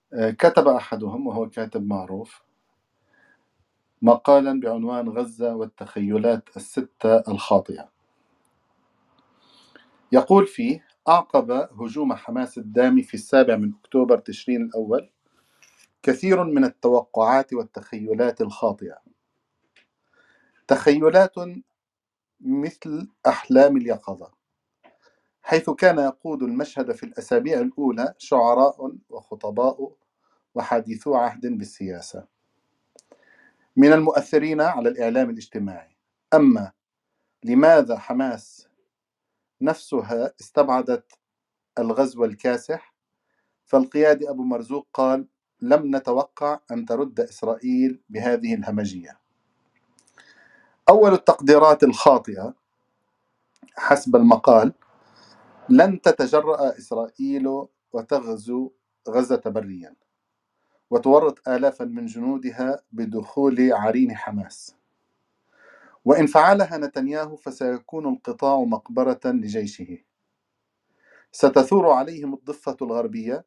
كتب أحدهم وهو كاتب معروف مقالا بعنوان غزة والتخيلات الستة الخاطئة. يقول فيه: أعقب هجوم حماس الدامي في 7 أكتوبر تشرين الأول كثير من التوقعات والتخيلات الخاطئة، تخيلات مثل أحلام اليقظة، حيث كان يقود المشهد في الأسابيع الأولى شعراء وخطباء وحديثو عهد بالسياسة من المؤثرين على الإعلام الاجتماعي. أما لماذا حماس نفسها استبعدت الغزو الكاسح، فالقيادي أبو مرزوق قال: لم نتوقع أن ترد إسرائيل بهذه الهمجية. أول التقديرات الخاطئة حسب المقال: لن تتجرأ إسرائيل وتغزو غزة بريا وتورط آلافا من جنودها بدخول عرين حماس، وإن فعلها نتنياهو فسيكون القطاع مقبرة لجيشه، ستثور عليهم الضفة الغربية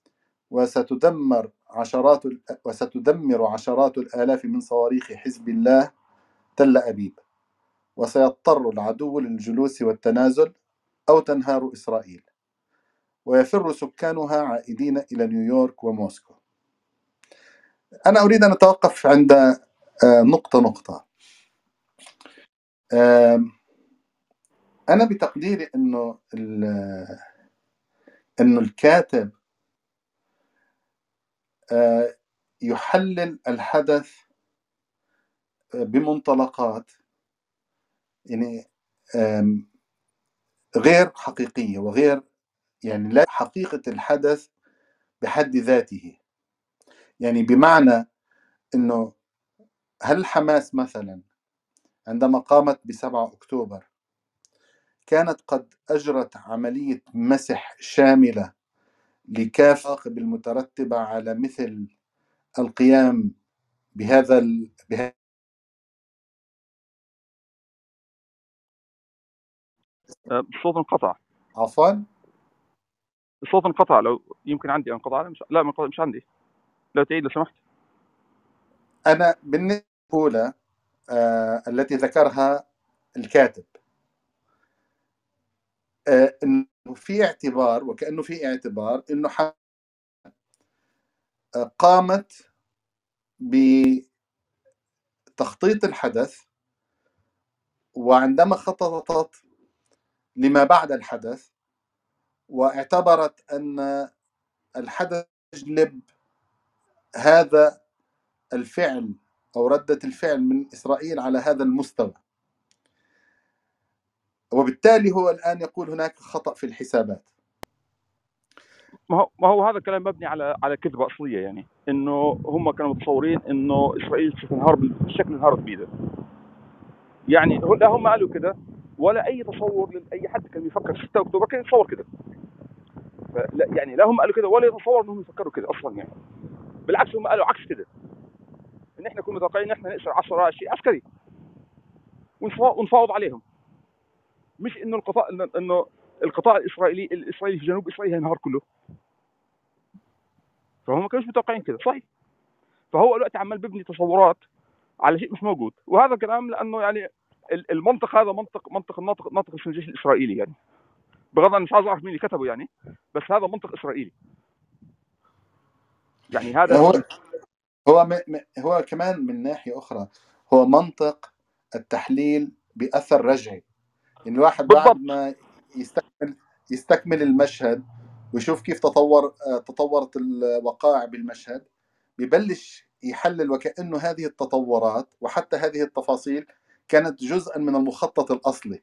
وستدمر عشرات الآلاف من صواريخ حزب الله تل أبيب، وسيضطر العدو للجلوس والتنازل أو تنهار إسرائيل ويفر سكانها عائدين إلى نيويورك وموسكو. أنا أريد أن أتوقف عند نقطة. أنا بتقديري إنه الكاتب يحلل الحدث بمنطلقات يعني غير حقيقية وغير يعني لا حقيقة الحدث بحد ذاته. يعني بمعنى إنه هل حماس مثلا عندما قامت ب7 أكتوبر كانت قد أجرت عملية مسح شاملة لكافة المترتبة على مثل القيام بهذا الصوت انقطع. عفوا، الصوت انقطع، لو يمكن عندي انقطع. لا مش عندي، لو تعيد لو سمحت. أنا بالنسبة الأولى التي ذكرها الكاتب إنه في اعتبار، وكأنه في اعتبار إنه قامت بتخطيط الحدث، وعندما خططت لما بعد الحدث واعتبرت أن الحدث يجلب هذا الفعل أو ردة الفعل من إسرائيل على هذا المستوى، وبالتالي هو الآن يقول هناك خطأ في الحسابات. ما هو هذا الكلام مبني على كذبه اصليه، يعني انه هم كانوا متصورين انه اسرائيل ستنهار بالشكل اللي انهارت بيه ده. يعني لا هم قالوا كده، ولا اي تصور لاي حد كان بيفكر في 6 اكتوبر كان يتصور كده. يعني لا هم قالوا كده ولا يتصور انهم يفكروا كده اصلا. يعني بالعكس هم قالوا عكس كده، ان احنا كنا متوقعين ان احنا نقصر 10 شيء عسكري ونفاوض عليهم، مش انه القطاع الاسرائيلي في جنوب اسرائيل هينهار كله. فهم ما كانوش متوقعين كده، صحيح. فهو الوقت عمال بيبني تصورات على شيء مش موجود، وهذا كلام لانه يعني المنطق هذا منطق الناطق في الجيش الاسرائيلي. يعني بغض مش عايز اعرف مين اللي كتبه، يعني بس هذا منطق اسرائيلي. يعني هذا هو كمان من ناحية أخرى هو منطق التحليل بأثر رجعي. يعني الواحد بعد بالضبط. ما يستكمل المشهد ويشوف كيف تطورت الوقائع بالمشهد، ببلش يحلل وكأنه هذه التطورات وحتى هذه التفاصيل كانت جزءا من المخطط الأصلي.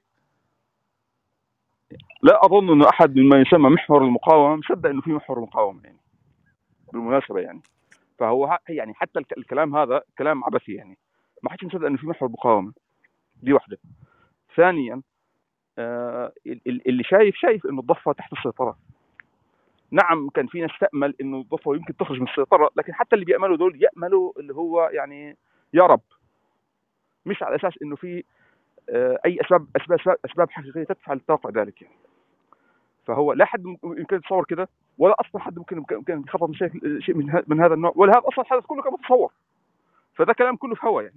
لا اظن انه احد من ما يسمى محور المقاومه مصدق انه في محور مقاومه، يعني بالمناسبه. يعني فهو يعني حتى الكلام هذا كلام عبثي. يعني ما حدش مصدق انه في محور مقاومه. دي واحده. ثانيا اللي شايف انه الضفه تحت السيطره. نعم كان في ناس تامل انه الضفه يمكن تخرج من السيطره، لكن حتى اللي بياملوا دول ياملوا اللي هو يعني يا رب، مش على اساس انه في اي اسباب حقيقيه تدفع للتوقع ذلك. يعني فهو لا حد يمكن يتصور كده، ولا اصلا حد ممكن يخطط شيء من هذا النوع، ولا هذا اصلا الحدث كله كان متصور. فده كلام كله في هوا يعني.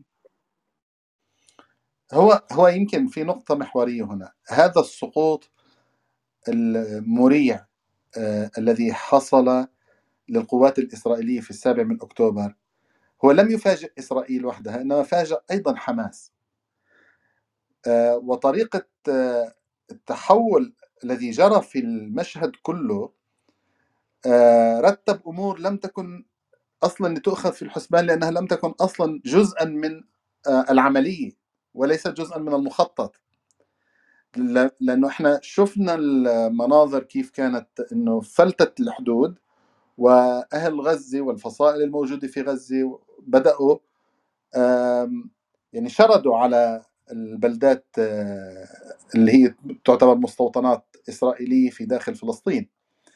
هو يمكن في نقطة محورية هنا. هذا السقوط المريع الذي حصل للقوات الإسرائيلية في 7 أكتوبر هو لم يفاجئ إسرائيل وحدها، إنما فاجأ أيضا حماس. وطريقة التحول الذي جرى في المشهد كله رتب أمور لم تكن أصلا لتؤخذ في الحسبان، لأنها لم تكن أصلا جزءا من العملية وليست جزءا من المخطط. لأنه إحنا شفنا المناظر كيف كانت، إنه فلتت الحدود، وأهل غزة والفصائل الموجودة في غزة بدأوا يعني شردوا على البلدات اللي هي تعتبر مستوطنات إسرائيلية في داخل فلسطين.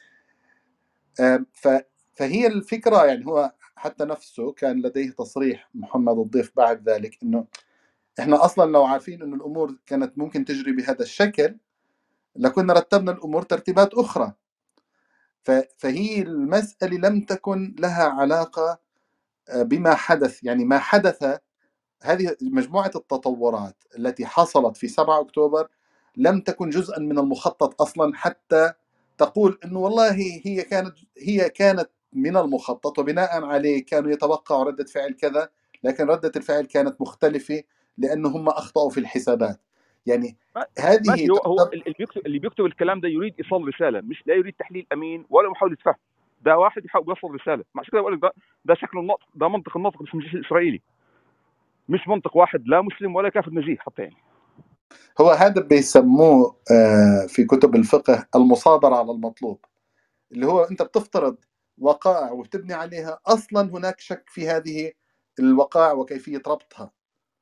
فهي الفكرة، يعني هو حتى نفسه كان لديه تصريح محمد الضيف بعد ذلك إنه إحنا أصلا لو عارفين إنه الأمور كانت ممكن تجري بهذا الشكل لكنا رتبنا الأمور ترتيبات أخرى. فهي المسألة لم تكن لها علاقة بما حدث، يعني ما حدث، هذه مجموعة التطورات التي حصلت في 7 أكتوبر لم تكن جزءا من المخطط أصلا، حتى تقول أنه والله هي كانت من المخطط، وبناء عليه كانوا يتوقعوا ردة فعل كذا، لكن ردة الفعل كانت مختلفة لأنه هم أخطأوا في الحسابات. يعني هذه ماشي. هو تعتبر اللي بيكتب الكلام ده يريد ايصال رساله، مش لا يريد تحليل امين ولا محاوله فهم. ده واحد يحاول يوصل رساله. عشان كده بقول لك ده شكل النطق، ده منطق النطق باسم الجيش الاسرائيلي، مش منطق واحد لا مسلم ولا كافر نزيه حتى يعني. هو هذا بيسموه في كتب الفقه المصادرة على المطلوب، اللي هو أنت بتفترض وقائع وبتبني عليها أصلا هناك شك في هذه الوقائع وكيفية ربطها.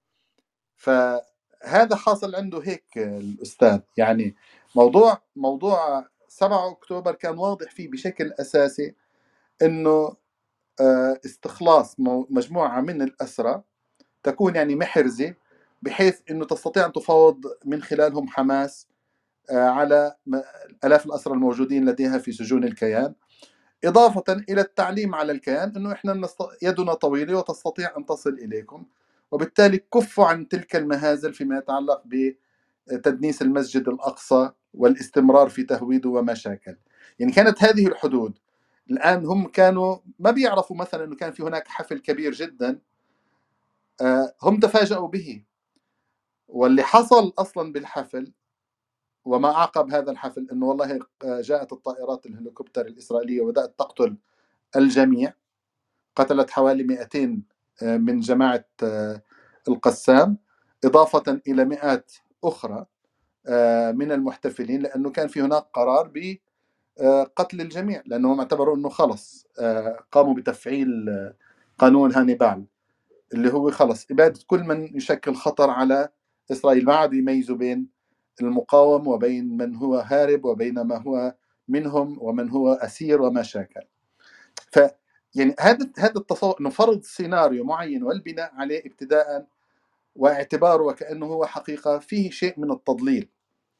فهذا حاصل عنده هيك الأستاذ. يعني موضوع 7 أكتوبر كان واضح فيه بشكل أساسي أنه استخلاص مجموعة من الأسرى تكون يعني محرزة، بحيث أنه تستطيع أن تفاوض من خلالهم حماس على آلاف الأسرى الموجودين لديها في سجون الكيان، إضافة إلى التعليم على الكيان أنه إحنا يدنا طويلة وتستطيع أن تصل إليكم، وبالتالي كفوا عن تلك المهازل فيما يتعلق بتدنيس المسجد الأقصى والاستمرار في تهويده ومشاكل. يعني كانت هذه الحدود. الآن هم كانوا ما بيعرفوا مثلا أنه كان في هناك حفل كبير جدا، هم تفاجأوا به. واللي حصل أصلا بالحفل وما أعقب هذا الحفل أنه والله جاءت الطائرات الهليكوبتر الإسرائيلية وبدأت تقتل الجميع، قتلت حوالي 200 من جماعة القسام، إضافة إلى مئات أخرى من المحتفلين، لأنه كان في هناك قرار بقتل الجميع، لأنهم اعتبروا أنه خلص قاموا بتفعيل قانون هانيبال، اللي هو خلص إبادة كل من يشكل خطر على إسرائيل. ما عادوا يميزوا بين المقاوم وبين من هو هارب وبين ما هو منهم ومن هو أسير وما شاكل. ف يعني هذا التصور انه فرض سيناريو معين والبناء عليه ابتداء واعتباره وكانه هو حقيقه فيه شيء من التضليل.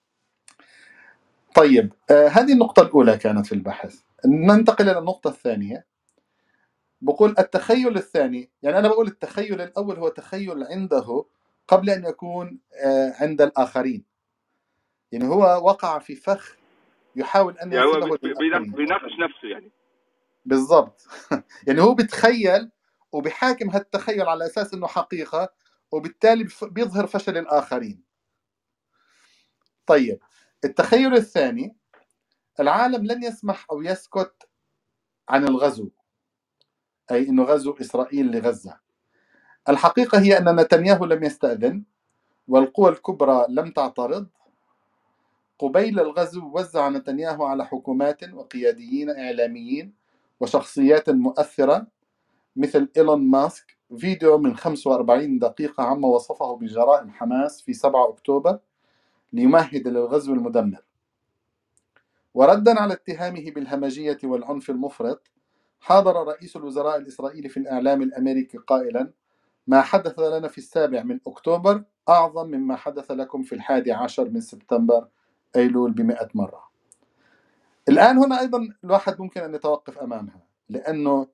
طيب هذه النقطه الاولى كانت في البحث. ننتقل الى النقطه الثانيه. بقول التخيل الثاني، يعني انا بقول التخيل الاول هو تخيل عنده قبل ان يكون عند الاخرين. يعني هو وقع في فخ يحاول ان يعني هو ينسبه للاخرين. بيناقش نفسه يعني. بالضبط. يعني هو بتخيل وبحاكم هالتخيل على أساس أنه حقيقة، وبالتالي بيظهر فشل الآخرين. طيب التخيل الثاني، العالم لن يسمح أو يسكت عن الغزو، أي أنه غزو إسرائيل لغزة. الحقيقة هي أن نتنياهو لم يستأذن، والقوى الكبرى لم تعترض. قبيل الغزو وزع نتنياهو على حكومات وقياديين إعلاميين وشخصيات مؤثرة مثل إيلون ماسك فيديو من 45 دقيقة عما وصفه بجرائم حماس في 7 أكتوبر ليمهد للغزو المدمر. وردا على اتهامه بالهمجية والعنف المفرط، حاضر رئيس الوزراء الإسرائيلي في الإعلام الأمريكي قائلا: ما حدث لنا في 7 أكتوبر أعظم مما حدث لكم في 11 من سبتمبر أيلول ب100 مرة. الآن هنا أيضا الواحد ممكن أن يتوقف أمامها، لأنه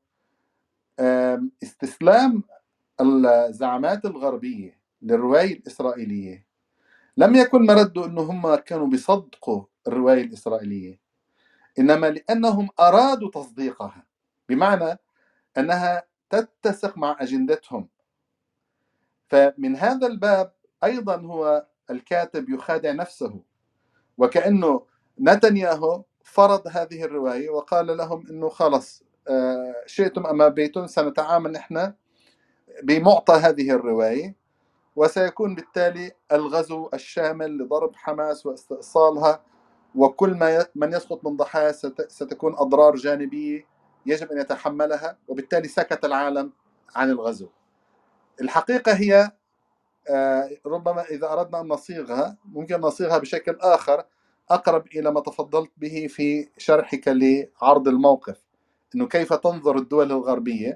استسلام الزعامات الغربية للرواية الإسرائيلية لم يكن مرده أنه هم كانوا بيصدقوا الرواية الإسرائيلية، إنما لأنهم أرادوا تصديقها، بمعنى أنها تتسق مع أجندتهم. فمن هذا الباب أيضا هو الكاتب يخادع نفسه، وكأنه نتنياهو فرض هذه الرواية وقال لهم أنه خلص شئتم أم أبيتم سنتعامل نحن بمعطى هذه الرواية، وسيكون بالتالي الغزو الشامل لضرب حماس واستئصالها، وكل من يسقط من ضحايا ستكون أضرار جانبية يجب أن يتحملها، وبالتالي سكت العالم عن الغزو. الحقيقة هي ربما إذا أردنا أن نصيغها ممكن نصيغها بشكل آخر أقرب إلى ما تفضلت به في شرحك لعرض الموقف، أنه كيف تنظر الدول الغربية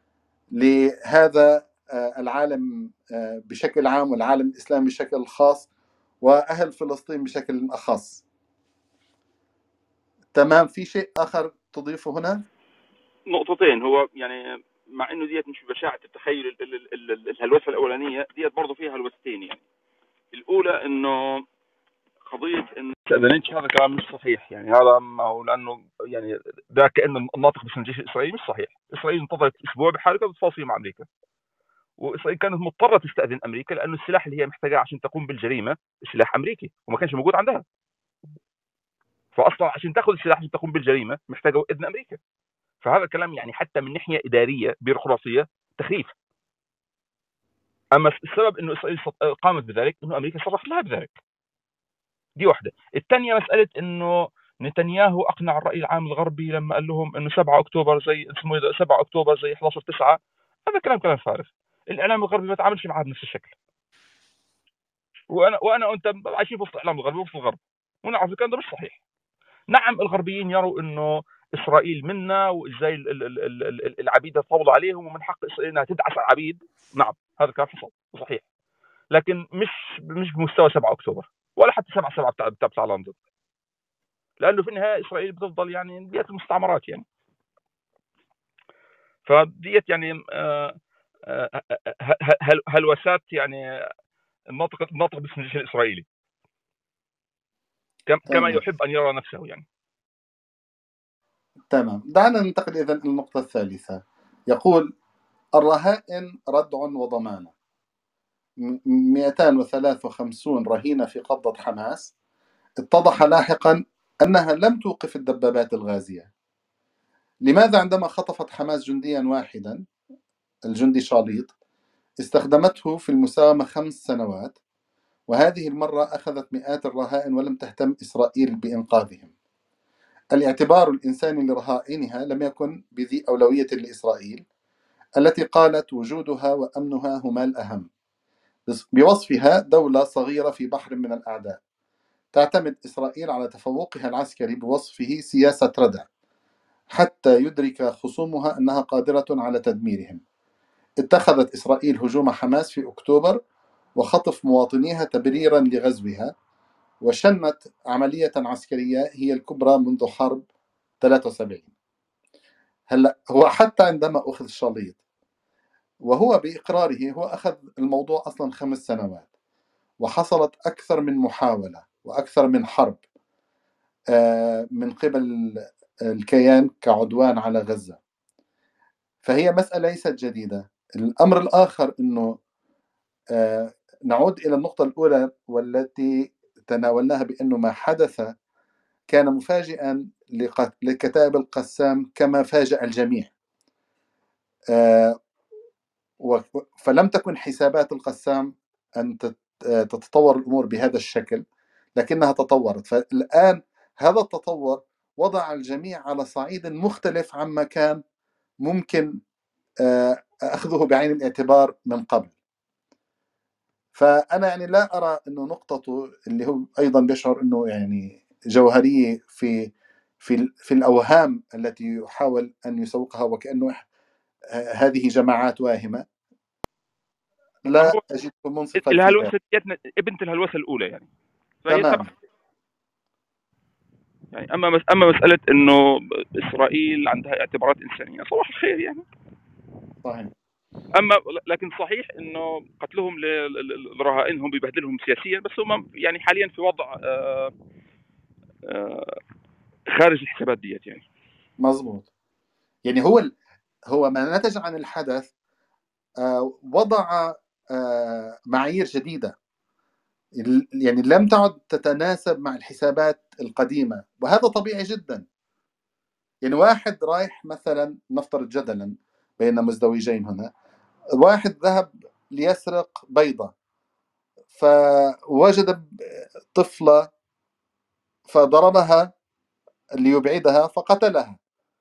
لهذا العالم بشكل عام والعالم الإسلامي بشكل خاص وأهل فلسطين بشكل أخص. تمام. في شيء آخر تضيفه هنا؟ نقطتين. هو يعني مع انه ديت مش بشاعة التخيل، الهلوسه الاولانيه ديت برضه فيها هلوستين. يعني الاولى انه قضيه ان استاذنتش، هذا كلام مش صحيح. يعني هذا ما هو لانه يعني ده كانه الناطق باسم الجيش الاسرائيلي، مش صحيح. اسرائيل انتظرت اسبوع بحركه بتفاصيل مع امريكا، واسرائيل كانت مضطره تستاذن امريكا لانه السلاح اللي هي محتاجاه عشان تقوم بالجريمه سلاح امريكي وما كانش موجود عندها. فاصلا عشان تاخذ السلاح عشان تقوم بالجريمه محتاجه اذن امريكا. فهذا الكلام يعني حتى من ناحيه اداريه بيروقراطيه تخريف. اما السبب انه اسرائيل قامت بذلك انه امريكا صرحت لها بذلك. دي واحده. الثانيه مساله انه نتنياهو اقنع الراي العام الغربي لما قال لهم انه 7 اكتوبر زي اسمه 7 اكتوبر زي 11/9. هذا كلام فارغ. الاعلام الغربي ما تعاملش معاه بنفس الشكل. وانا وانت عايشين في وسط الاعلام الغربي وسط الغرب ونعرف الكلام ده مش صحيح. نعم الغربيين يروا انه اسرائيل منا وازاي العبيد يتفاوضوا عليهم ومن حق اسرائيل انها تدعس العبيد. نعم هذا كلام حصل صحيح، لكن مش بمستوى 7 اكتوبر ولا حتى 7/7 بتاع لندن، لانه في النهايه اسرائيل بتفضل يعني بيئه المستعمرات يعني. فديت يعني هلوسات يعني الناطق باسم الجيش الاسرائيلي كما تمام. يحب ان يرى نفسه يعني. تمام. دعنا ننتقل إذن إلى النقطة الثالثة. يقول الرهائن ردع وضمانة. 253 رهينة في قبضة حماس. اتضح لاحقا أنها لم توقف الدبابات الغازية. لماذا عندما خطفت حماس جنديا واحدا، الجندي شاليط، استخدمته في المساومة 5 سنوات، وهذه المرة أخذت مئات الرهائن ولم تهتم إسرائيل بإنقاذهم؟ الاعتبار الإنساني لرهائنها لم يكن بذي أولوية لإسرائيل، التي قالت وجودها وأمنها هما الأهم، بوصفها دولة صغيرة في بحر من الأعداء. تعتمد إسرائيل على تفوقها العسكري بوصفه سياسة ردع، حتى يدرك خصومها أنها قادرة على تدميرهم. اتخذت إسرائيل هجوم حماس في أكتوبر وخطف مواطنيها تبريرا لغزوها، وشنت عملية عسكرية هي الكبرى منذ حرب 73. هلا هو حتى عندما أخذ شاليط وهو بإقراره هو أخذ الموضوع أصلا 5 سنوات، وحصلت أكثر من محاولة وأكثر من حرب من قبل الكيان كعدوان على غزة. فهي مسألة ليست جديدة. الأمر الآخر أنه نعود إلى النقطة الأولى والتي تناولناها، بأنه ما حدث كان مفاجئا لكتائب القسام كما فاجأ الجميع. فلم تكن حسابات القسام أن تتطور الأمور بهذا الشكل، لكنها تطورت. فالآن هذا التطور وضع الجميع على صعيد مختلف عما كان ممكن أخذه بعين الاعتبار من قبل. فأنا يعني لا أرى أنه نقطته اللي هو أيضا بيشعر أنه يعني جوهرية في الأوهام التي يحاول أن يسوقها وكأنه هذه جماعات واهمة، ما لا هو أجد منصفا في ذلك. الهلوسه ديت بنت الهلوسه الاولى يعني. فهي تبع تمام. يعني اما مساله انه اسرائيل عندها اعتبارات انسانيه، صباح الخير يعني. صحيح. اما لكن صحيح انه قتلهم للرهائن هم بيبهدلهم سياسيا، بس هم يعني حاليا في وضع آه، خارج الحسابات ديت يعني. مظبوط. يعني هو ما نتج عن الحدث وضع معايير جديدة، يعني لم تعد تتناسب مع الحسابات القديمة، وهذا طبيعي جدا. يعني واحد رايح مثلا، نفترض جدلا بين مزدوجين هنا، واحد ذهب ليسرق بيضة، فوجد طفلة فضربها ليبعدها فقتلها،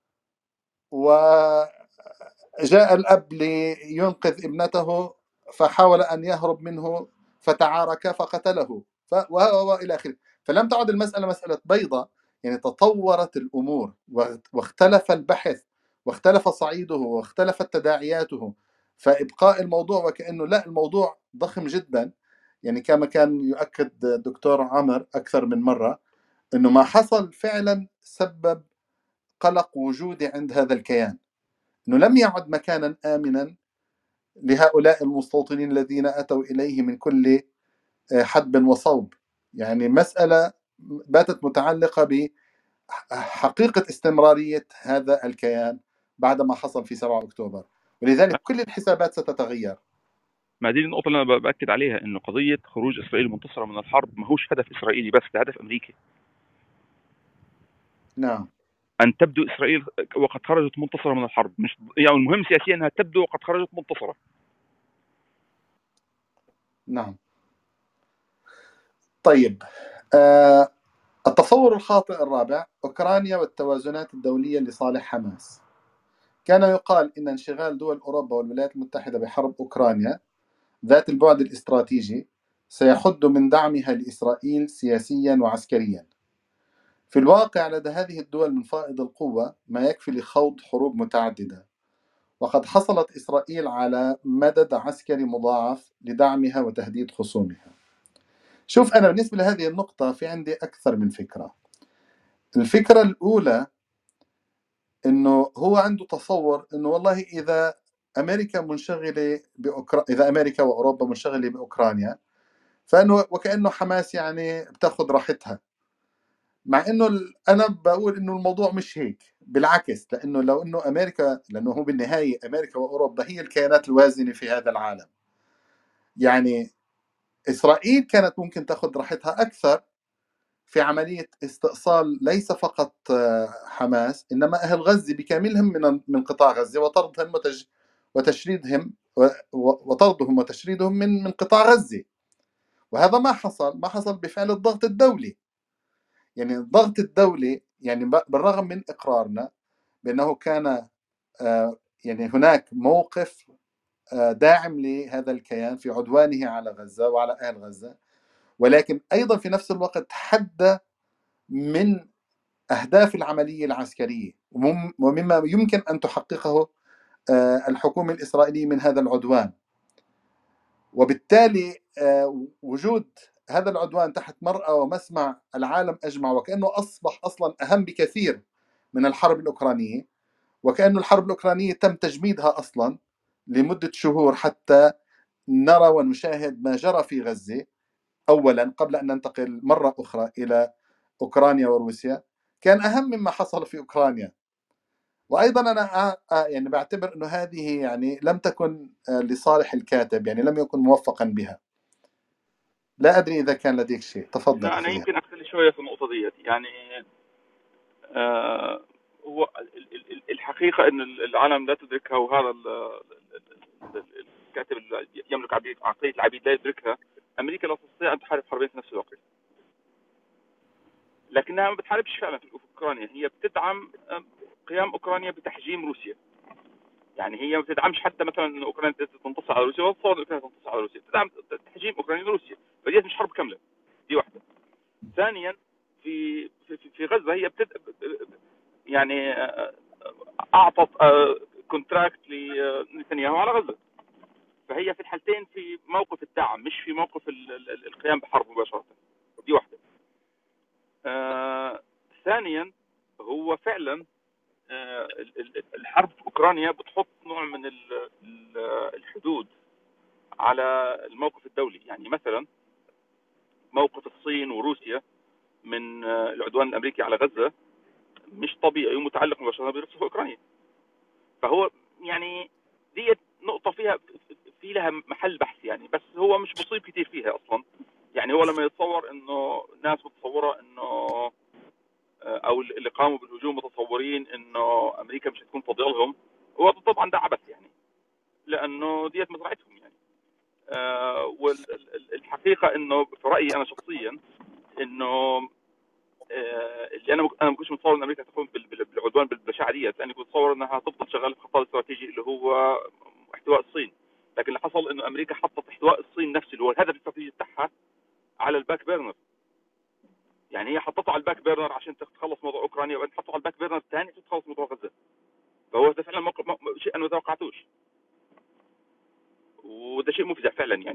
وجاء الأب لينقذ ابنته فحاول أن يهرب منه فتعارك فقتله، وإلى آخره. فلم تعد المسألة مسألة بيضة، يعني تطورت الأمور واختلف البحث واختلف صعيده واختلفت تداعياته، فإبقاء الموضوع وكأنه لا، الموضوع ضخم جدا. يعني كما كان يؤكد الدكتور عمر أكثر من مرة، أنه ما حصل فعلا سبب قلق وجودي عند هذا الكيان، أنه لم يعد مكانا آمنا لهؤلاء المستوطنين الذين أتوا إليه من كل حدب وصوب. يعني مسألة باتت متعلقة بحقيقة استمرارية هذا الكيان بعد ما حصل في 7 أكتوبر، ولذلك كل الحسابات ستتغير. ما دي النقطة اللي أنا بأكد عليها، إنه قضية خروج إسرائيل المنتصرة من الحرب ما هوش هدف إسرائيلي بس، ده هدف أمريكي. نعم. أن تبدو إسرائيل وقد خرجت منتصرة من الحرب، مش يعني المهم سياسيا أنها تبدو وقد خرجت منتصرة. نعم. طيب، التصور الخاطئ الرابع: أوكرانيا والتوازنات الدولية لصالح حماس. كان يقال إن انشغال دول أوروبا والولايات المتحدة بحرب أوكرانيا ذات البعد الاستراتيجي سيحد من دعمها لإسرائيل سياسيا وعسكريا. في الواقع لدى هذه الدول من فائض القوة ما يكفي لخوض حروب متعددة، وقد حصلت إسرائيل على مدد عسكري مضاعف لدعمها وتهديد خصومها. شوف، أنا بالنسبة لهذه النقطة في عندي أكثر من فكرة. الفكرة الأولى انه هو عنده تصور انه والله اذا امريكا منشغله اذا امريكا واوروبا منشغله باوكرانيا، فانه وكانه حماس يعني بتاخذ راحتها. مع انه انا بقول انه الموضوع مش هيك، بالعكس، لانه لو انه امريكا، لانه هو بالنهايه امريكا واوروبا هي الكيانات الوازنه في هذا العالم. يعني اسرائيل كانت ممكن تاخذ راحتها اكثر في عملية استئصال ليس فقط حماس، إنما أهل غزة بكاملهم من قطاع غزة، وطردهم وتشريدهم وطردهم وتشريدهم من قطاع غزة. وهذا ما حصل بفعل الضغط الدولي. يعني الضغط الدولي، يعني بالرغم من إقرارنا بأنه كان يعني هناك موقف داعم لهذا الكيان في عدوانه على غزة وعلى أهل غزة، ولكن أيضا في نفس الوقت حد من أهداف العملية العسكرية ومما يمكن أن تحققه الحكومة الإسرائيلية من هذا العدوان. وبالتالي وجود هذا العدوان تحت مرأى ومسمع العالم أجمع، وكأنه أصبح أصلا أهم بكثير من الحرب الأوكرانية، وكأنه الحرب الأوكرانية تم تجميدها أصلا لمدة شهور حتى نرى ونشاهد ما جرى في غزة أولا، قبل أن ننتقل مرة أخرى إلى أوكرانيا وروسيا. كان أهم مما حصل في أوكرانيا. وأيضا أنا يعني بعتبر أنه هذه يعني لم تكن لصالح الكاتب، يعني لم يكن موفقا بها. لا أدري إذا كان لديك شيء، تفضل لا، أنا أخي. يمكن أختلف شوية في النقطة ديت يعني. هو الحقيقة أن العالم لا تدركها، وهذا الكاتب اللي يملك عقلية العبيد لا يدركها. أمريكا لا تستطيع أن تحارب حربين في نفس الوقت، لكنها ما بتحاربش فعلا في أوكرانيا. هي بتدعم قيام أوكرانيا بتحجيم روسيا. يعني هي ما بتدعمش حتى مثلا ان اوكرانيا تنتصر على روسيا، ولا تصور اوكرانيا تنتصر على روسيا، بتدعم تحجيم اوكرانيا لروسيا. فدي مش حرب كامله، دي واحده. ثانيا، في غزه هي يعني اعطت كونتراكت لنتنياهو على غزه. فهي في الحالتين في موقف الدعم، مش في موقف القيام بحرب مباشره. دي واحده. ثانيا هو فعلا الحرب في اوكرانيا بتحط نوع من الحدود على الموقف الدولي. يعني مثلا موقف الصين وروسيا من العدوان الامريكي على غزه مش طبيعي ومتعلق مباشره بروسيا في اوكرانيا. فهو يعني دي نقطه فيها في لها محل بحث يعني، بس هو مش مصيب كتير فيها اصلا. يعني هو لما يتصور انه ناس متصوره انه او اللي قاموا بالهجوم متصورين انه امريكا مش هتكون فاضيه لهم، هو طبعا ده عبث يعني، لانه ديت مزرعتهم يعني. والحقيقه انه في رايي انا شخصيا انه اللي انا ما كنتش متصور ان امريكا تقوم بالعدوان بالبشاعه ديت، لاني كنت متصور انها تفضل شغاله في خطها الاستراتيجي اللي هو احتواء الصين. لكن اللي حصل انه امريكا حطت احتواء الصين نفسه اللي هو الهدف الاستراتيجي بتاعها على الباك بيرنر. يعني هي حطته على الباك بيرنر عشان تخلص موضوع اوكرانيا، وبعدين حطته على الباك بيرنر الثاني عشان تخلص موضوع غزه. فهو ده فعلا شيء انا ما توقعتوش، وده شيء مفزع فعلا يعني.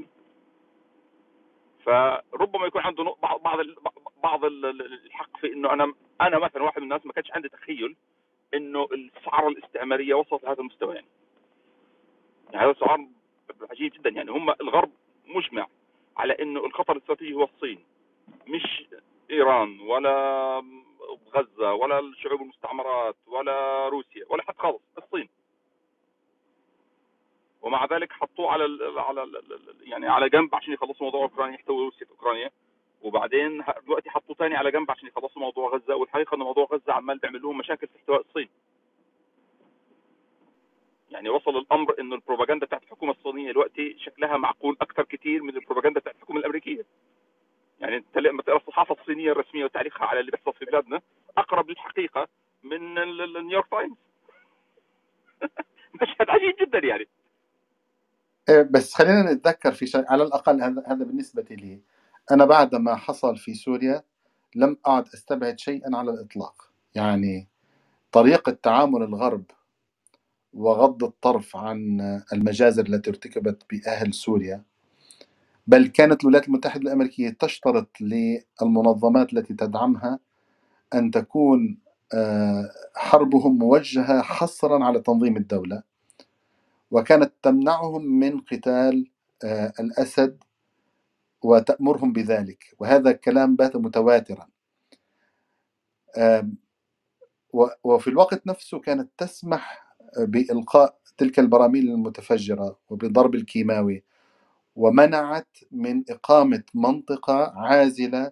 فربما يكون عنده بعض الحق في انه انا مثلا واحد من الناس ما كانش عندي تخيل انه السعره الاستعماريه وصلت لهذا المستوى يعني هذا سعر عجيب جدا. يعني هم الغرب مجمع على انه الخطر الاستراتيجي هو الصين، مش ايران ولا غزه ولا الشعوب المستعمرات ولا روسيا ولا حتى خالص الصين. ومع ذلك حطوه يعني على جنب عشان يخلصوا موضوع اوكرانيا، يحتوي روسيا في اوكرانيا. وبعدين دلوقتي حطوه ثاني على جنب عشان يخلصوا موضوع غزه. والحقيقه ان موضوع غزه عمال بيعمل لهم مشاكل في احتواء الصين. يعني وصل الامر انه البروباغندا بتاعت الحكومه الصينيه دلوقتي شكلها معقول اكثر كثير من البروباغندا بتاعت الحكومه الامريكيه. يعني انت لما تقرا الصحافه الصينيه الرسميه وتعليقها على اللي بيحصل في بلادنا اقرب للحقيقه من النيويورك تايمز. مشهد عجيب جدا يعني. بس خلينا نتذكر في شيء على الأقل، هذا بالنسبة لي. أنا بعد ما حصل في سوريا لم أعد أستبعد شيئا على الإطلاق. يعني طريقة تعامل الغرب وغض الطرف عن المجازر التي ارتكبت بأهل سوريا، بل كانت الولايات المتحدة الأمريكية تشترط للمنظمات التي تدعمها أن تكون حربهم موجهة حصرا على تنظيم الدولة، وكانت تمنعهم من قتال الأسد وتأمرهم بذلك. وهذا الكلام بات متواترا. وفي الوقت نفسه كانت تسمح بإلقاء تلك البراميل المتفجرة وبضرب الكيماوي، ومنعت من إقامة منطقة عازلة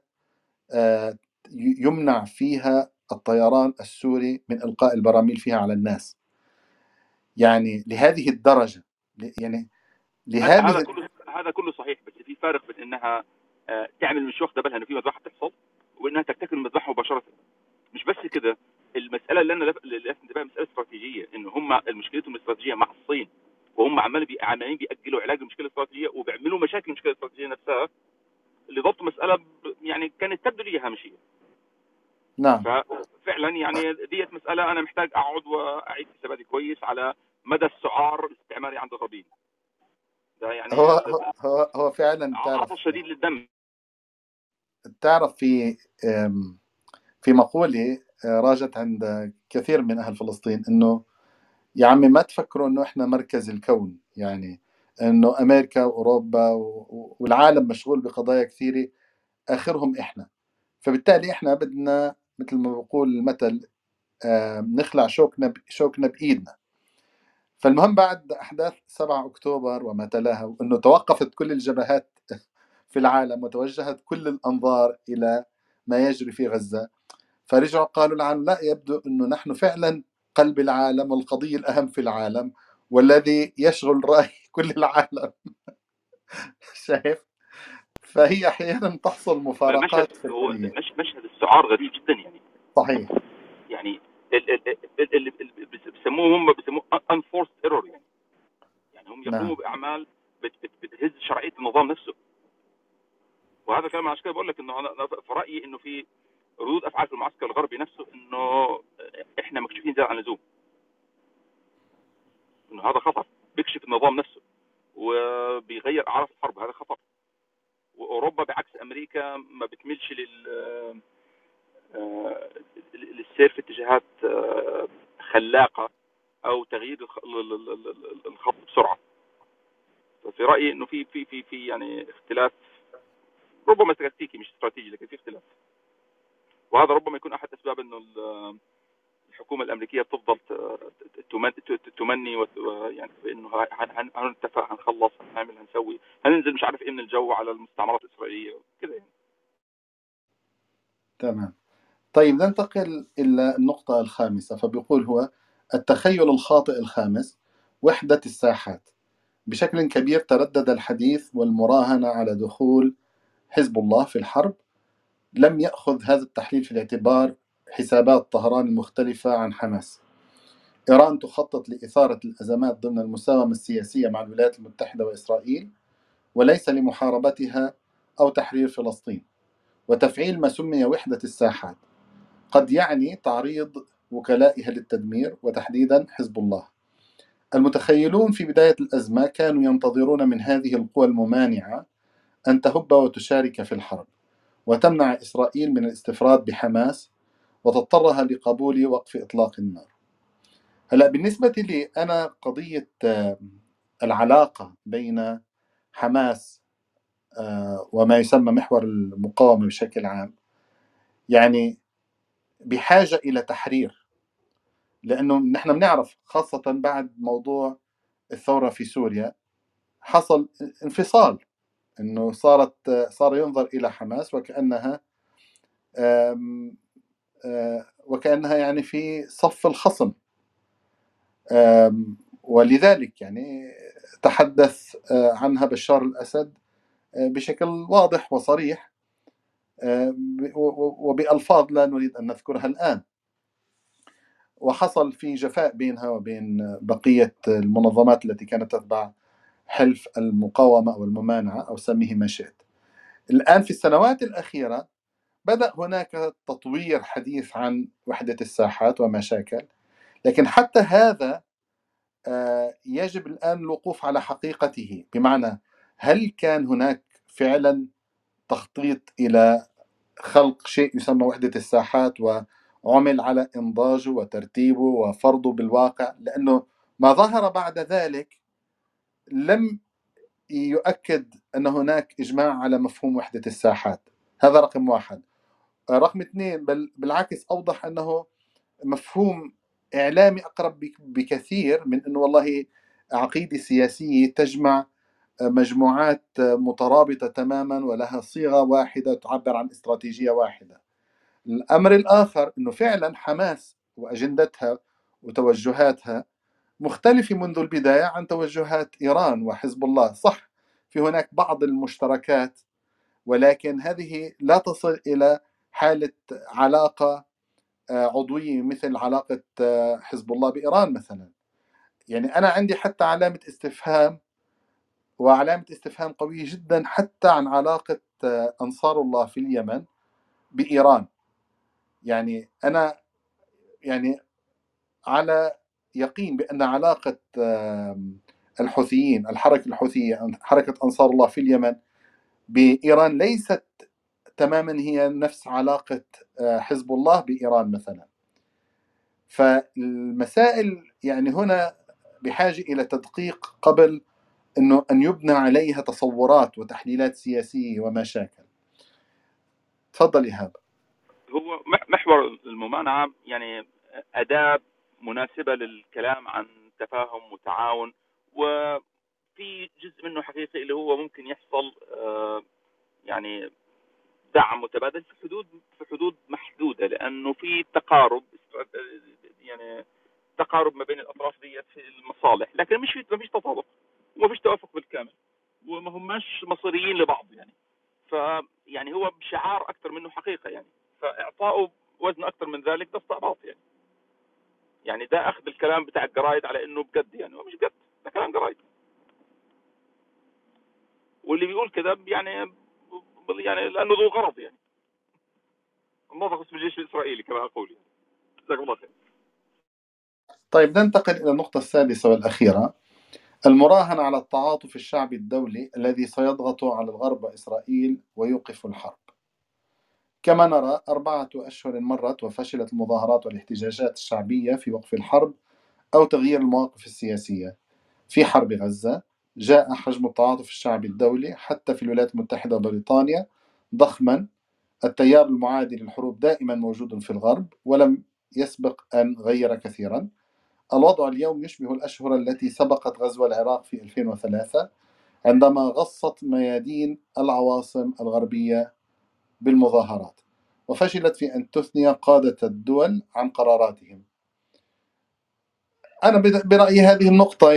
يمنع فيها الطيران السوري من إلقاء البراميل فيها على الناس. يعني لهذه الدرجة، يعني لهذه. هذا كله صحيح، بس في فارق بين انها تعمل مش واخده بالها انه في مذبحه بتحصل، وانها ترتكب المذبحه مباشره. مش بس كده، المساله اللي انا لفت انتباهي مساله استراتيجيه، انه هم مشكلتهم الاستراتيجيه مع الصين، وهم عمالين بيأجلوا علاج المشكله الاستراتيجيه وبيعملوا مشاكل المشكله الاستراتيجيه نفسها لضبط مساله يعني كانت تبدو لي هامشيه. نعم. ففعلا يعني ديت مساله انا محتاج اقعد واعيد حساباتي كويس على مدى السعار الاستعماري عند الغربيين. ده يعني هو فعلا عطش شديد للدم. تعرف في مقولة راجت عند كثير من أهل فلسطين، إنه يا عمي ما تفكروا إنه إحنا مركز الكون، يعني إنه أمريكا وأوروبا والعالم مشغول بقضايا كثيرة، آخرهم إحنا. فبالتالي إحنا بدنا مثل ما بقول المثل نخلع شوكنا بإيدنا. فالمهم بعد أحداث 7 أكتوبر وما تلاها، وأنه توقفت كل الجبهات في العالم وتوجهت كل الأنظار إلى ما يجري في غزة، فرجعوا قالوا العالم لا، يبدو أنه نحن فعلا قلب العالم والقضية الأهم في العالم والذي يشغل رأي كل العالم. شايف؟ فهي أحيانا تحصل مفارقات فكرية. مشهد السعار غريب جدا يعني. صحيح. يعني اللي بيسموه unforced error يعني هم يقوموا نعم. باعمال بتهز شرعيه النظام نفسه. وهذا كلام عشان كده بقول لك انه انا في رايي انه في ردود افعال في المعسكر الغربي نفسه انه احنا مكشوفين زياده عن اللزوم، انه هذا خطر بيكشف النظام نفسه وبيغير اعراف الحرب. هذا خطر. واوروبا بعكس امريكا ما بتميلش للسير في اتجاهات خلاقة أو تغيير الخط بسرعة. ففي رأيي إنه في يعني اختلاف ربما تكتيكي مش استراتيجي، لكن في اختلاف، وهذا ربما يكون أحد أسباب إنه الحكومة الأمريكية تفضل تمني يعني بإنه هنتفق، هنخلص، هنعمل، هنسوي، هننزل مش عارف إيه من الجو على المستعمرات الإسرائيلية كذا يعني. تمام. طيب ننتقل إلى النقطة الخامسة، فبيقول هو التخيل الخاطئ الخامس: وحدة الساحات. بشكل كبير تردد الحديث والمراهنة على دخول حزب الله في الحرب. لم يأخذ هذا التحليل في الاعتبار حسابات طهران المختلفة عن حماس. إيران تخطط لإثارة الأزمات ضمن المساومة السياسية مع الولايات المتحدة وإسرائيل، وليس لمحاربتها أو تحرير فلسطين. وتفعيل ما سمي وحدة الساحات قد يعني تعريض وكلائها للتدمير، وتحديدا حزب الله. المتخيلون في بداية الأزمة كانوا ينتظرون من هذه القوى الممانعة أن تهب وتشارك في الحرب، وتمنع إسرائيل من الاستفراد بحماس، وتضطرها لقبول وقف إطلاق النار. هلأ بالنسبة لي أنا قضية العلاقة بين حماس وما يسمى محور المقاومة بشكل عام يعني بحاجة إلى تحرير، لأنه نحن بنعرف خاصة بعد موضوع الثورة في سوريا حصل انفصال، أنه صار ينظر إلى حماس وكأنها وكأنها يعني في صف الخصم. ولذلك يعني تحدث عنها بشار الأسد بشكل واضح وصريح وبألفاظ لا نريد أن نذكرها الآن. وحصل في جفاء بينها وبين بقية المنظمات التي كانت تتبع حلف المقاومة أو الممانعة أو سميه ما شئت. الآن في السنوات الأخيرة بدأ هناك تطوير حديث عن وحدة الساحات ومشاكل، لكن حتى هذا يجب الآن الوقوف على حقيقته، بمعنى هل كان هناك فعلا تخطيط إلى خلق شيء يسمى وحدة الساحات وعمل على إنضاجه وترتيبه وفرضه بالواقع؟ لأنه ما ظهر بعد ذلك لم يؤكد أن هناك إجماع على مفهوم وحدة الساحات. هذا رقم واحد. رقم اثنين، بل بالعكس أوضح أنه مفهوم إعلامي أقرب بكثير من أنه والله عقيدة سياسية تجمع مجموعات مترابطة تماما ولها صيغة واحدة تعبر عن استراتيجية واحدة. الأمر الآخر أنه فعلا حماس وأجندتها وتوجهاتها مختلفة منذ البداية عن توجهات إيران وحزب الله. صح في هناك بعض المشتركات، ولكن هذه لا تصل إلى حالة علاقة عضوية مثل علاقة حزب الله بإيران مثلا. يعني أنا عندي حتى علامة استفهام، وعلامة استفهام قوية جدا حتى عن علاقة أنصار الله في اليمن بإيران. يعني أنا يعني على يقين بأن علاقة الحوثيين، الحركة الحوثية، حركة أنصار الله في اليمن بإيران ليست تماما هي نفس علاقة حزب الله بإيران مثلا. فالمسائل يعني هنا بحاجة إلى تدقيق قبل أنه أن يبنى عليها تصورات وتحليلات سياسية ومشاكل. تفضل إيهاب. هو محور الممانعة يعني أداة مناسبة للكلام عن تفاهم وتعاون، وفي جزء منه حقيقي اللي هو ممكن يحصل يعني دعم متبادل في حدود محدودة، لأنه في تقارب، يعني تقارب ما بين الأطراف ديت في المصالح، لكن ما فيش تطابق وما فيش توافق بالكامل، وما هماش مصيريين لبعض يعني. فيعني هو شعار أكثر منه حقيقة يعني، فإعطائه وزن أكثر من ذلك ده استعباط يعني ده أخذ الكلام بتاع الجرايد على إنه بجد، يعني هو مش جد، ده كلام جرايد. واللي بيقول كده يعني لأنه ذو غرض يعني، النظر اسم الجيش الإسرائيلي كما أقول يعني. جزاك الله خير. طيب ننتقل إلى النقطة السادسة والأخيرة: المراهنة على التعاطف الشعبي الدولي الذي سيضغط على الغرب وإسرائيل ويوقف الحرب. كما نرى 4 أشهر مرت وفشلت المظاهرات والاحتجاجات الشعبية في وقف الحرب أو تغيير المواقف السياسية. في حرب غزة جاء حجم التعاطف الشعبي الدولي حتى في الولايات المتحدة وبريطانيا ضخما. التيار المعادي للحروب دائما موجود في الغرب ولم يسبق أن غير كثيرا. الوضع اليوم يشبه الأشهر التي سبقت غزو العراق في 2003 عندما غصت ميادين العواصم الغربية بالمظاهرات وفشلت في أن تثني قادة الدول عن قراراتهم. أنا برأيي هذه النقطة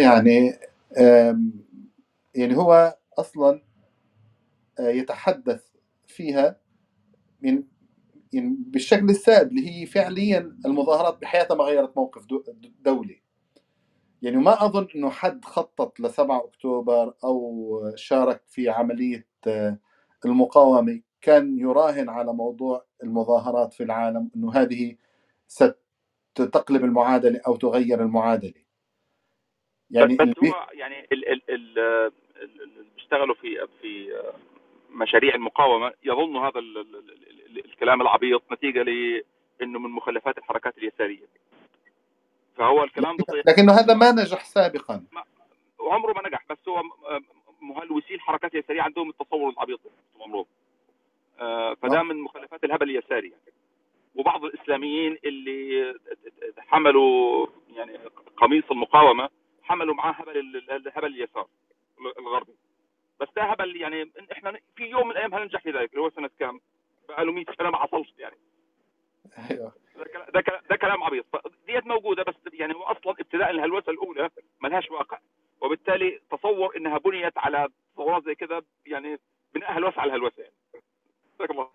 يعني هو أصلا يتحدث فيها من يعني بالشكل السائد اللي هي فعليا المظاهرات بحياتها ما غيرت موقف دولي. يعني ما أظن أنه حد خطط ل7 أكتوبر أو شارك في عملية المقاومة كان يراهن على موضوع المظاهرات في العالم أنه هذه ستقلب المعادلة أو تغير المعادلة. يعني بس هو يعني اللي بيشتغلوا في مشاريع المقاومه يظن هذا الكلام العبيط نتيجه لانه من مخلفات الحركات اليساريه، فهو الكلام ده صحيح لكنه هذا ما نجح سابقا وعمره ما نجح. بس هو مهلوسي الحركات اليساريه عندهم التصور العبيط طول عمرهم، فده من مخلفات الهبل اليساري يعني. وبعض الاسلاميين اللي حملوا يعني قميص المقاومه حملوا معاه هبل اليسار الغربي. بس ده هبل يعني. احنا في يوم من الايام هننجح في ذلك اللي هو سنه كام؟ بقى له 100 سنه ما حصلش يعني. أيوه. ده كلام عبيط. ديت موجوده بس يعني هو اصلا ابتداء الهلوسه الاولى ملهاش واقع، وبالتالي تصور انها بنيت على تصورات زي كده يعني بناء هلوسه على الهلوسه يعني. جزاك الله.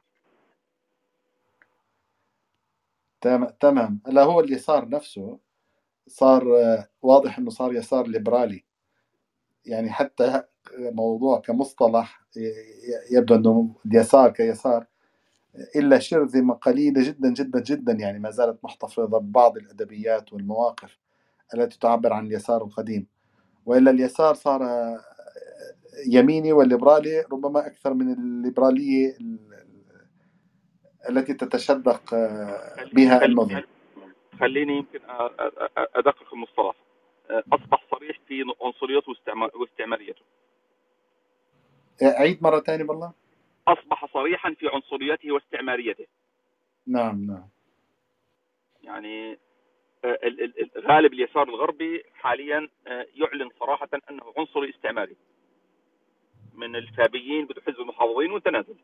تمام. هلا هو اليسار نفسه صار واضح انه صار يسار ليبرالي. يعني حتى موضوع كمصطلح يبدو انه اليسار كيسار الا شرذمه قليله جدا جدا جدا، يعني ما زالت محتفظه ببعض الادبيات والمواقف التي تعبر عن اليسار القديم. والا اليسار صار يميني، والليبرالي ربما اكثر من الليبراليه التي تتشدق بها النظم. خليني يمكن ادقق المصطلح. اصبح صريح في عنصريته واستعماريته. عيد مره ثانيه بالله. اصبح صريحا في عنصريته واستعماريته. نعم نعم. يعني غالب اليسار الغربي حاليا يعلن صراحه انه عنصري استعماري من الفابيين بدون حزب المحافظين والتنازل.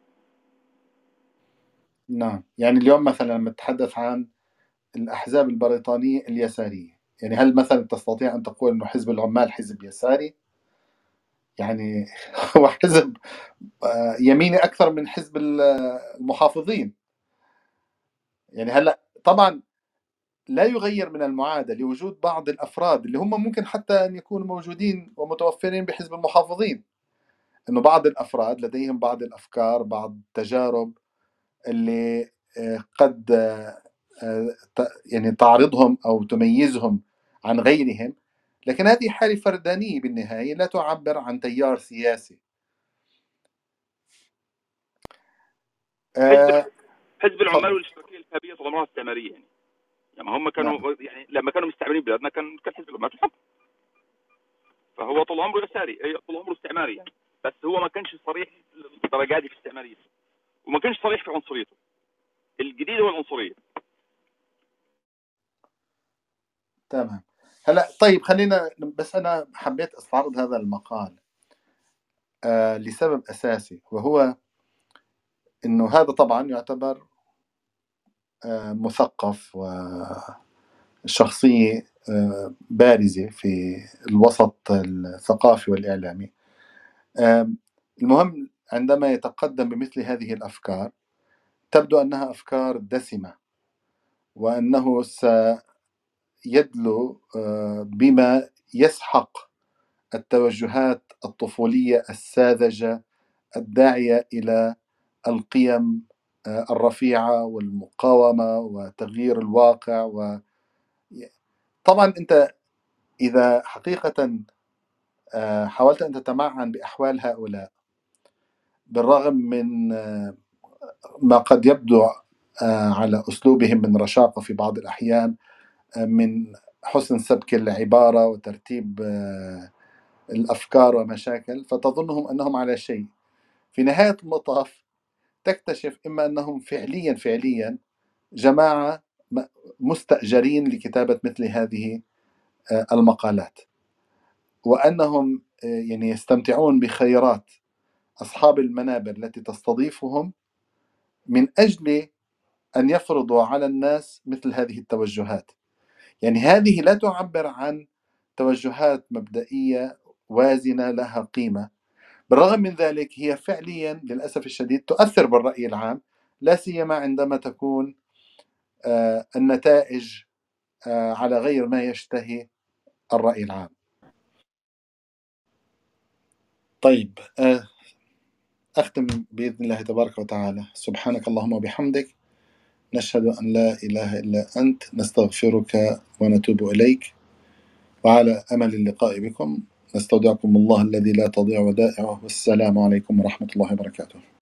نعم، يعني اليوم مثلا لما تتحدث عن الأحزاب البريطانية اليسارية، يعني هل مثلا تستطيع أن تقول أنه حزب العمال حزب يساري؟ يعني هو حزب يميني أكثر من حزب المحافظين. يعني هلا طبعا لا يغير من المعادلة لوجود بعض الأفراد اللي هم ممكن حتى أن يكونوا موجودين ومتوفرين بحزب المحافظين، أنه بعض الأفراد لديهم بعض الأفكار، بعض التجارب اللي قد يعني تعرضهم أو تميزهم عن غيرهم، لكن هذه حالة فردانية بالنهاية لا تعبر عن تيار سياسي. حزب العمال تفضل. والاشتراكيه الفابيه طول عمرها استعماريه يعني. يعني هم نعم كانوا يعني لما كانوا مستعمرين بلادنا كان حزب العمال في الحكم، فهو طول عمره يساري طول عمره استعماري يعني. بس هو ما كانش صريح للدرجه دي في استعماريته، وما كانش صريح في عنصريته. الجديد هو العنصريه. تمام. هلا طيب خلينا بس أنا حبيت أستعرض هذا المقال لسبب أساسي، وهو أنه هذا طبعا يعتبر مثقف وشخصية بارزة في الوسط الثقافي والإعلامي. المهم عندما يتقدم بمثل هذه الأفكار تبدو أنها أفكار دسمة، وأنه سيدلو بما يسحق التوجهات الطفولية الساذجة الداعية إلى القيم الرفيعة والمقاومة وتغيير الواقع. طبعا أنت إذا حقيقة حاولت أن تتمعن بأحوال هؤلاء بالرغم من ما قد يبدو على أسلوبهم من رشاقة في بعض الأحيان، من حسن سبك العبارة وترتيب الأفكار ومشاكل، فتظنهم أنهم على شيء. في نهاية المطاف تكتشف إما أنهم فعليا جماعة مستأجرين لكتابة مثل هذه المقالات، وأنهم يعني يستمتعون بخيرات أصحاب المنابر التي تستضيفهم من أجل أن يفرضوا على الناس مثل هذه التوجهات. يعني هذه لا تعبر عن توجهات مبدئية وازنة لها قيمة، بالرغم من ذلك هي فعليا للأسف الشديد تؤثر بالرأي العام، لا سيما عندما تكون النتائج على غير ما يشتهي الرأي العام. طيب، أختم بإذن الله تبارك وتعالى. سبحانك اللهم وبحمدك، نشهد أن لا إله إلا أنت، نستغفرك ونتوب إليك، وعلى أمل اللقاء بكم نستودعكم الله الذي لا تضيع ودائعه، والسلام عليكم ورحمة الله وبركاته.